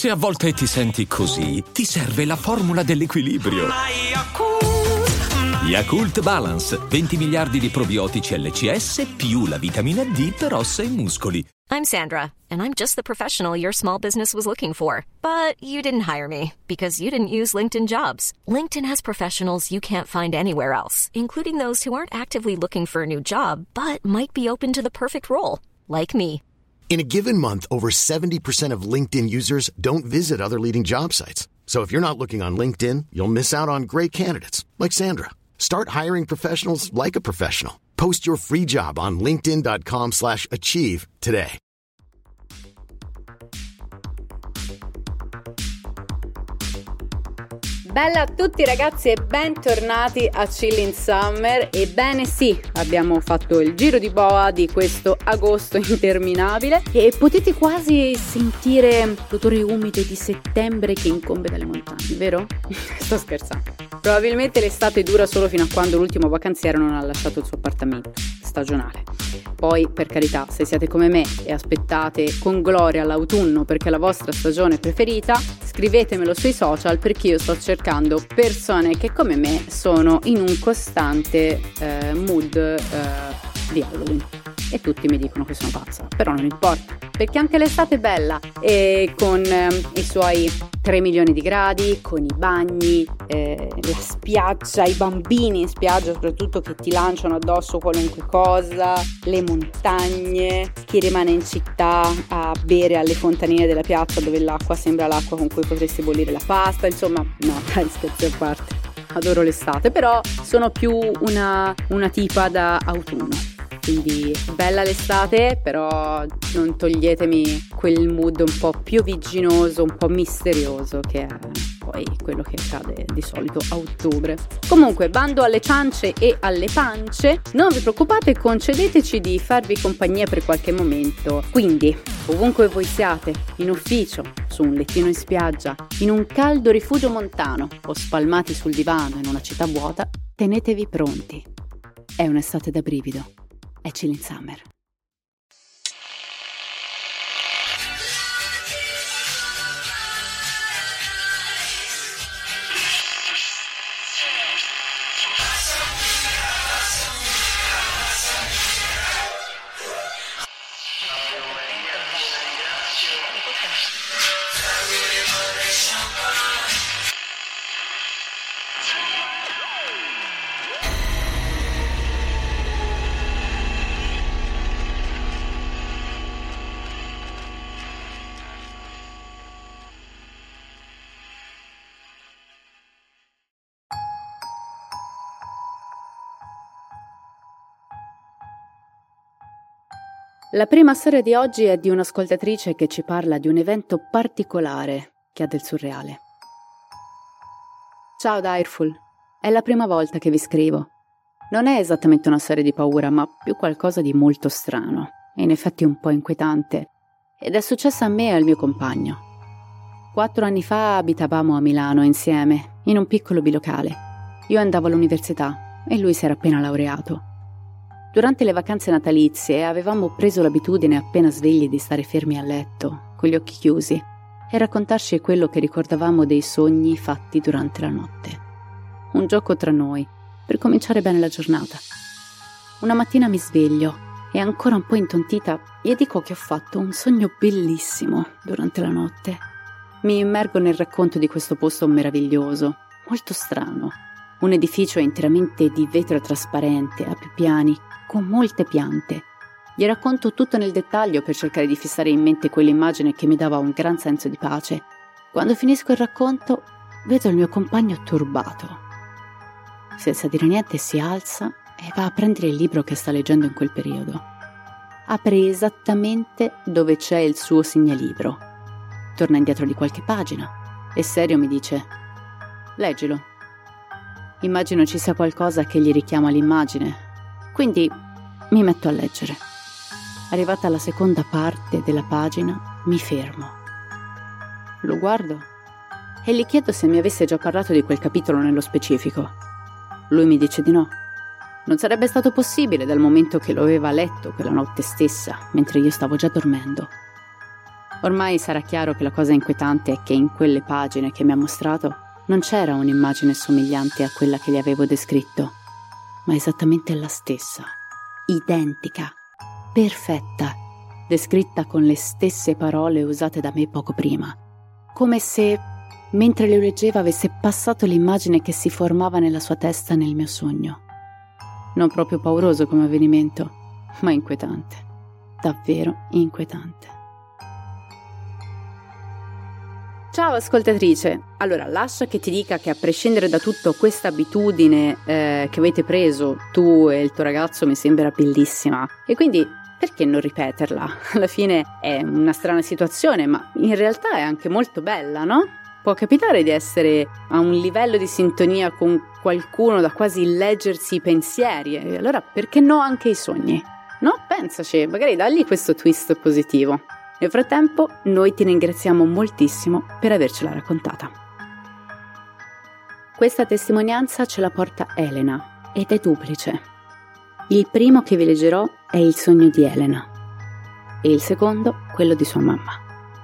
Se a volte ti senti così, ti serve la formula dell'equilibrio. Yakult Balance, 20 miliardi di probiotici LCS più la vitamina D per ossa e muscoli. I'm Sandra, and I'm just the professional your small business was looking for. But you didn't hire me because you didn't use LinkedIn Jobs. LinkedIn has professionals you can't find anywhere else, including those who aren't actively looking for a new job, but might be open to the perfect role, like me. In a given month, over 70% of LinkedIn users don't visit other leading job sites. So if you're not looking on LinkedIn, you'll miss out on great candidates like Sandra. Start hiring professionals like a professional. Post your free job on linkedin.com/achieve today. Bella a tutti ragazzi e bentornati a Chillin' Summer. Ebbene sì, abbiamo fatto il giro di boa di questo agosto interminabile e potete quasi sentire l'odore umido di settembre che incombe dalle montagne, vero? Sto scherzando. Probabilmente l'estate dura solo fino a quando l'ultimo vacanziero non ha lasciato il suo appartamento stagionale. Poi, per carità, se siete come me e aspettate con gloria l'autunno perché è la vostra stagione preferita, scrivetemelo sui social perché io sto cercando persone che come me sono in un costante mood di Halloween. E tutti mi dicono che sono pazza, però non importa, perché anche l'estate è bella e con i suoi 3 milioni di gradi, con i bagni, la spiaggia, i bambini in spiaggia soprattutto che ti lanciano addosso qualunque cosa, le montagne, chi rimane in città a bere alle fontanine della piazza dove l'acqua sembra l'acqua con cui potresti bollire la pasta, insomma, no, dai, scherzi a parte, adoro l'estate, però sono più una tipa da autunno. Quindi bella l'estate, però non toglietemi quel mood un po' piovigginoso, un po' misterioso che è poi quello che accade di solito a ottobre. Comunque, bando alle ciance e alle pance, non vi preoccupate, concedeteci di farvi compagnia per qualche momento. Quindi, ovunque voi siate, in ufficio, su un lettino in spiaggia, in un caldo rifugio montano o spalmati sul divano in una città vuota, tenetevi pronti. È un'estate da brivido. È Chillin' Summer. La prima storia di oggi è di un'ascoltatrice che ci parla di un evento particolare che ha del surreale. Ciao Direful, è la prima volta che vi scrivo. Non è esattamente una storia di paura, ma più qualcosa di molto strano, e in effetti un po' inquietante, ed è successa a me e al mio compagno. 4 anni fa abitavamo a Milano insieme, in un piccolo bilocale. Io andavo all'università e lui si era appena laureato. Durante le vacanze natalizie avevamo preso l'abitudine appena svegli di stare fermi a letto, con gli occhi chiusi, e raccontarci quello che ricordavamo dei sogni fatti durante la notte. Un gioco tra noi, per cominciare bene la giornata. Una mattina mi sveglio e ancora un po' intontita gli dico che ho fatto un sogno bellissimo durante la notte. Mi immergo nel racconto di questo posto meraviglioso, molto strano. Un edificio interamente di vetro trasparente, a più piani, con molte piante. Gli racconto tutto nel dettaglio per cercare di fissare in mente quell'immagine che mi dava un gran senso di pace. Quando finisco il racconto, vedo il mio compagno turbato. Senza dire niente si alza e va a prendere il libro che sta leggendo in quel periodo. Apre esattamente dove c'è il suo segnalibro. Torna indietro di qualche pagina e serio mi dice: leggilo. Immagino ci sia qualcosa che gli richiama l'immagine, quindi mi metto a leggere. Arrivata alla seconda parte della pagina, mi fermo. Lo guardo e gli chiedo se mi avesse già parlato di quel capitolo nello specifico. Lui mi dice di no. Non sarebbe stato possibile dal momento che lo aveva letto quella notte stessa, mentre io stavo già dormendo. Ormai sarà chiaro che la cosa inquietante è che in quelle pagine che mi ha mostrato non c'era un'immagine somigliante a quella che gli avevo descritto, ma esattamente la stessa, identica, perfetta, descritta con le stesse parole usate da me poco prima, come se, mentre le leggeva, avesse passato l'immagine che si formava nella sua testa nel mio sogno. Non proprio pauroso come avvenimento, ma inquietante, davvero inquietante. Ciao ascoltatrice, allora lascia che ti dica che a prescindere da tutto questa abitudine che avete preso tu e il tuo ragazzo mi sembra bellissima e quindi perché non ripeterla? Alla fine è una strana situazione ma in realtà è anche molto bella, no? Può capitare di essere a un livello di sintonia con qualcuno da quasi leggersi i pensieri e allora perché no anche i sogni? No? Pensaci, magari dagli questo twist positivo. Nel frattempo, noi ti ringraziamo moltissimo per avercela raccontata. Questa testimonianza ce la porta Elena ed è duplice. Il primo che vi leggerò è il sogno di Elena e il secondo quello di sua mamma.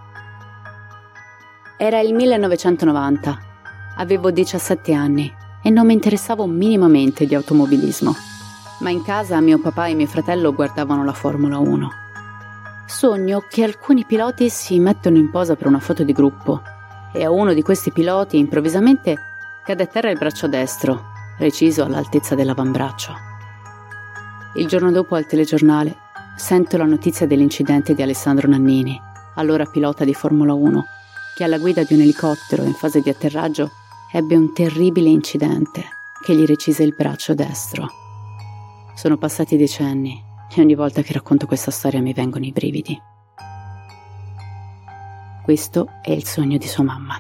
Era il 1990, avevo 17 anni e non mi interessavo minimamente di automobilismo, ma in casa mio papà e mio fratello guardavano la Formula 1. Sogno che alcuni piloti si mettono in posa per una foto di gruppo e a uno di questi piloti improvvisamente cade a terra il braccio destro, reciso all'altezza dell'avambraccio. Il giorno dopo al telegiornale sento la notizia dell'incidente di Alessandro Nannini, allora pilota di Formula 1, che alla guida di un elicottero in fase di atterraggio ebbe un terribile incidente che gli recise il braccio destro. Sono passati decenni e ogni volta che racconto questa storia mi vengono i brividi. Questo è il sogno di sua mamma.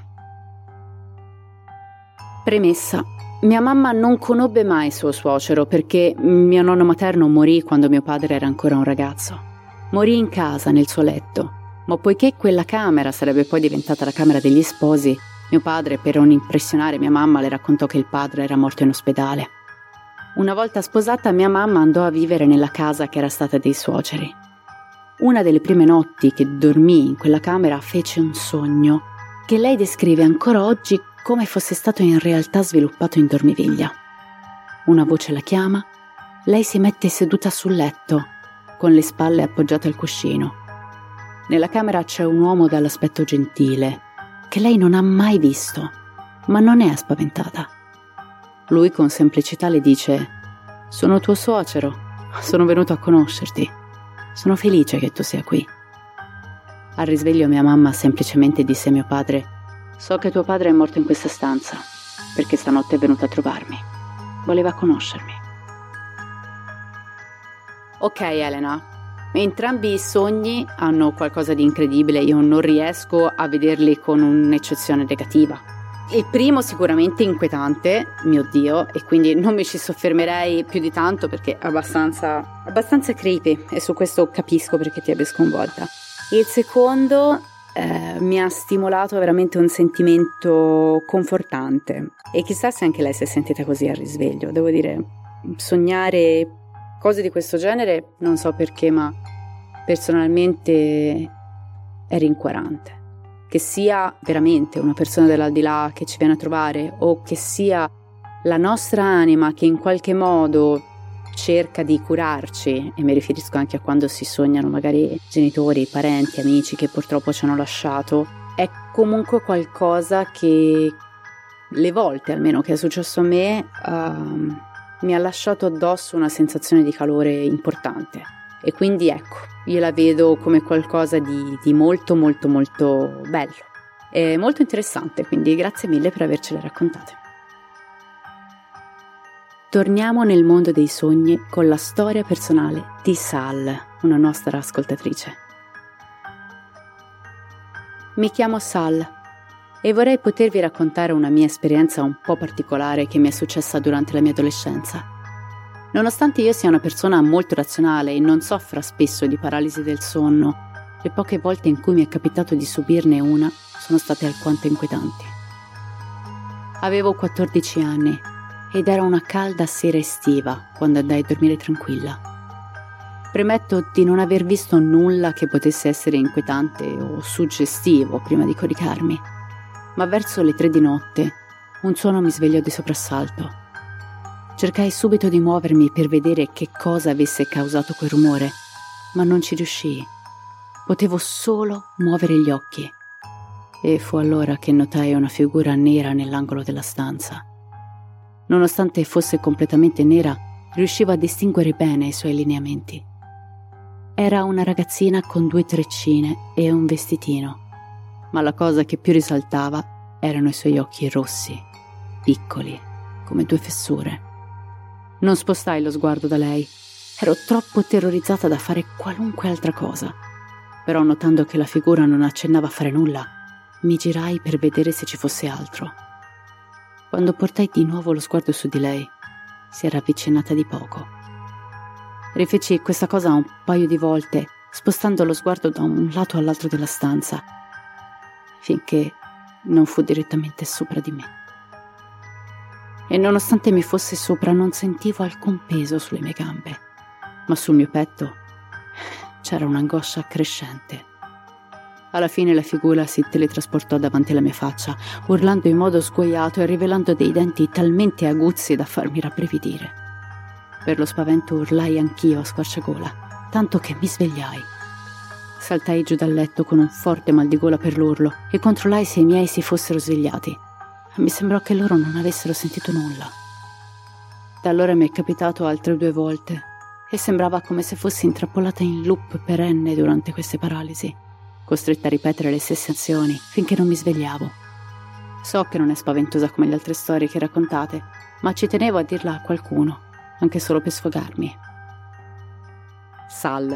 Premessa: mia mamma non conobbe mai suo suocero perché mio nonno materno morì quando mio padre era ancora un ragazzo. Morì in casa, nel suo letto, ma poiché quella camera sarebbe poi diventata la camera degli sposi, mio padre, per non impressionare mia mamma, le raccontò che il padre era morto in ospedale. Una volta sposata, mia mamma andò a vivere nella casa che era stata dei suoceri. Una delle prime notti che dormì in quella camera fece un sogno che lei descrive ancora oggi come fosse stato in realtà sviluppato in dormiveglia. Una voce la chiama, lei si mette seduta sul letto, con le spalle appoggiate al cuscino. Nella camera c'è un uomo dall'aspetto gentile, che lei non ha mai visto, ma non è spaventata. Lui con semplicità le dice: «Sono tuo suocero, sono venuto a conoscerti, sono felice che tu sia qui». Al risveglio mia mamma semplicemente disse a mio padre: «So che tuo padre è morto in questa stanza, perché stanotte è venuto a trovarmi, voleva conoscermi». Ok Elena, entrambi i sogni hanno qualcosa di incredibile, io non riesco a vederli con un'eccezione negativa. Il primo sicuramente inquietante, mio Dio, e quindi non mi ci soffermerei più di tanto perché è abbastanza creepy e su questo capisco perché ti abbia sconvolta. Il secondo mi ha stimolato veramente un sentimento confortante e chissà se anche lei si è sentita così al risveglio. Devo dire, sognare cose di questo genere non so perché, ma personalmente è rincuorante. Che sia veramente una persona dell'aldilà che ci viene a trovare o che sia la nostra anima che in qualche modo cerca di curarci, e mi riferisco anche a quando si sognano magari genitori, parenti, amici che purtroppo ci hanno lasciato, è comunque qualcosa che le volte almeno che è successo a me mi ha lasciato addosso una sensazione di calore importante. E quindi ecco, io la vedo come qualcosa di molto molto molto bello e molto interessante, quindi grazie mille per avercele raccontate. Torniamo nel mondo dei sogni con la storia personale di Sal, una nostra ascoltatrice. Mi chiamo Sal e vorrei potervi raccontare una mia esperienza un po' particolare che mi è successa durante la mia adolescenza. Nonostante io sia una persona molto razionale e non soffra spesso di paralisi del sonno, le poche volte in cui mi è capitato di subirne una sono state alquanto inquietanti. Avevo 14 anni ed era una calda sera estiva quando andai a dormire tranquilla. Premetto di non aver visto nulla che potesse essere inquietante o suggestivo prima di coricarmi, ma verso le 3 di notte un suono mi svegliò di soprassalto. Cercai subito di muovermi per vedere che cosa avesse causato quel rumore, ma non ci riuscii. Potevo solo muovere gli occhi. E fu allora che notai una figura nera nell'angolo della stanza. Nonostante fosse completamente nera, riuscivo a distinguere bene i suoi lineamenti. Era una ragazzina con 2 treccine e un vestitino, ma la cosa che più risaltava erano i suoi occhi rossi, piccoli, come 2 fessure. Non spostai lo sguardo da lei. Ero troppo terrorizzata da fare qualunque altra cosa. Però notando che la figura non accennava a fare nulla, mi girai per vedere se ci fosse altro. Quando portai di nuovo lo sguardo su di lei, si era avvicinata di poco. Rifeci questa cosa un paio di volte, spostando lo sguardo da un lato all'altro della stanza, finché non fu direttamente sopra di me. E nonostante mi fosse sopra, non sentivo alcun peso sulle mie gambe, ma sul mio petto c'era un'angoscia crescente. Alla fine la figura si teletrasportò davanti alla mia faccia, urlando in modo sguaiato e rivelando dei denti talmente aguzzi da farmi rabbrividire. Per lo spavento urlai anch'io a squarciagola, tanto che mi svegliai. Saltai giù dal letto con un forte mal di gola per l'urlo e controllai se i miei si fossero svegliati. Mi sembrò che loro non avessero sentito nulla. Da allora mi è capitato altre 2 volte e sembrava come se fossi intrappolata in loop perenne durante queste paralisi, costretta a ripetere le stesse azioni finché non mi svegliavo. So che non è spaventosa come le altre storie che raccontate, ma ci tenevo a dirla a qualcuno, anche solo per sfogarmi. Sal,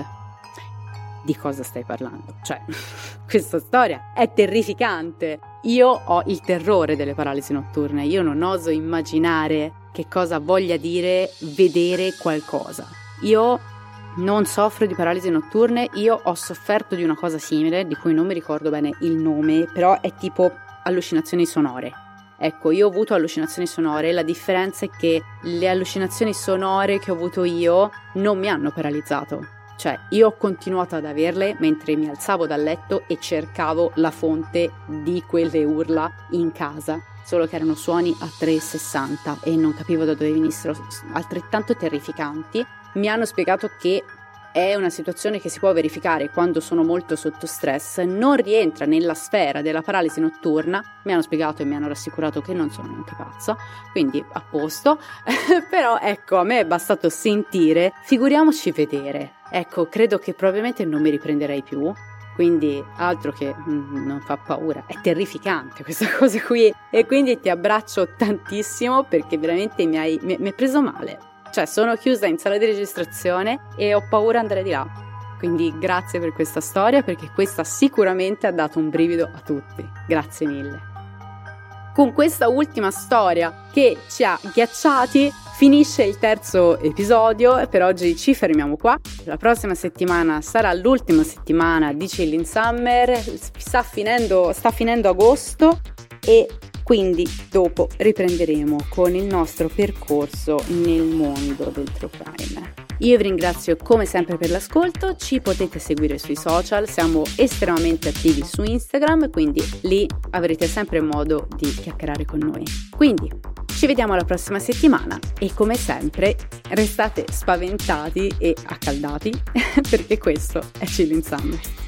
di cosa stai parlando? Cioè, questa storia è terrificante. Io ho il terrore delle paralisi notturne, io non oso immaginare che cosa voglia dire vedere qualcosa. Io non soffro di paralisi notturne, io ho sofferto di una cosa simile, di cui non mi ricordo bene il nome, però è tipo allucinazioni sonore. Ecco, io ho avuto allucinazioni sonore, la differenza è che le allucinazioni sonore che ho avuto io non mi hanno paralizzato. Cioè, io ho continuato ad averle mentre mi alzavo dal letto e cercavo la fonte di quelle urla in casa, solo che erano suoni a 360 e non capivo da dove venissero, altrettanto terrificanti. Mi hanno spiegato che è una situazione che si può verificare quando sono molto sotto stress, non rientra nella sfera della paralisi notturna. Mi hanno spiegato e mi hanno rassicurato che non sono neanche pazza, quindi a posto. Però ecco, a me è bastato sentire, figuriamoci vedere. Ecco, credo che probabilmente non mi riprenderei più, quindi altro che non fa paura, è terrificante questa cosa qui, e quindi ti abbraccio tantissimo perché veramente mi è preso male. Cioè, sono chiusa in sala di registrazione e ho paura di andare di là. Quindi grazie per questa storia, perché questa sicuramente ha dato un brivido a tutti. Grazie mille. Con questa ultima storia che ci ha ghiacciati finisce il 3° episodio e per oggi ci fermiamo qua. La prossima settimana sarà l'ultima settimana di Chilling Summer. Sta finendo agosto e quindi dopo riprenderemo con il nostro percorso nel mondo del true crime. Io vi ringrazio come sempre per l'ascolto, ci potete seguire sui social, siamo estremamente attivi su Instagram, quindi lì avrete sempre modo di chiacchierare con noi. Quindi ci vediamo alla prossima settimana e come sempre restate spaventati e accaldati perché questo è Chilling Summer.